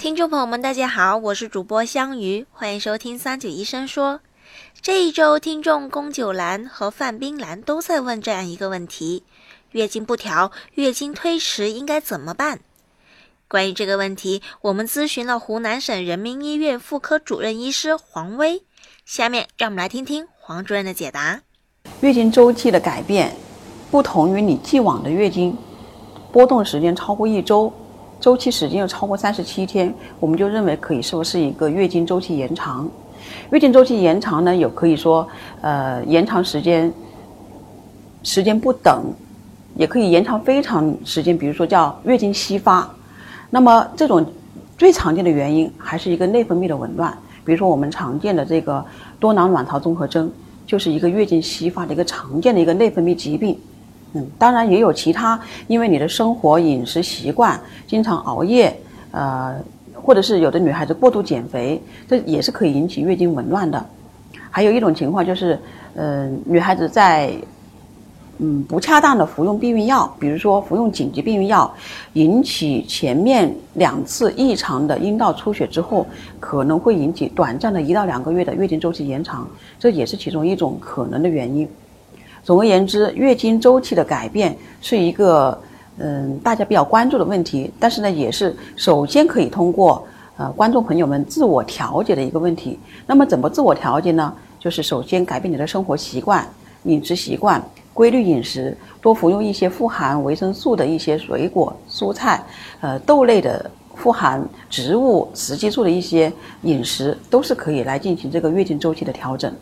听众朋友们，大家好，我是主播香鱼，欢迎收听39医生说。这一周，听众龚九兰和范冰兰都在问这样一个问题：月经不调、月经推迟应该怎么办？关于这个问题，我们咨询了湖南省人民医院妇科主任医师黄薇。下面让我们来听听黄主任的解答。 月经周期的改变，不同于你既往的月经波动时间超过1周，周期时间又超过37天，我们就认为可以说是一个月经周期延长。月经周期延长呢，有可以说延长时间不等，也可以延长非常时间，比如说叫月经稀发。那么这种最常见的原因还是一个内分泌的紊乱，比如说我们常见的这个多囊卵巢综合征，就是一个月经稀发的一个常见的一个内分泌疾病。当然也有其他，因为你的生活饮食习惯，经常熬夜，或者是有的女孩子过度减肥，这也是可以引起月经紊乱的。还有一种情况就是，女孩子在不恰当的服用避孕药，比如说服用紧急避孕药，引起前面2次异常的阴道出血之后，可能会引起短暂的1到2个月的月经周期延长，这也是其中一种可能的原因。总而言之，月经周期的改变是一个大家比较关注的问题，但是呢，也是首先可以通过观众朋友们自我调节的一个问题。那么怎么自我调节呢？就是首先改变你的生活习惯、饮食习惯，规律饮食，多服用一些富含维生素的一些水果、蔬菜，豆类的富含植物雌激素的一些饮食，都是可以来进行这个月经周期的调整。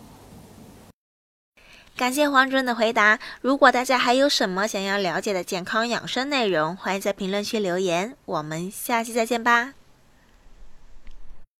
感谢黄主任的回答。如果大家还有什么想要了解的健康养生内容，欢迎在评论区留言。我们下期再见吧。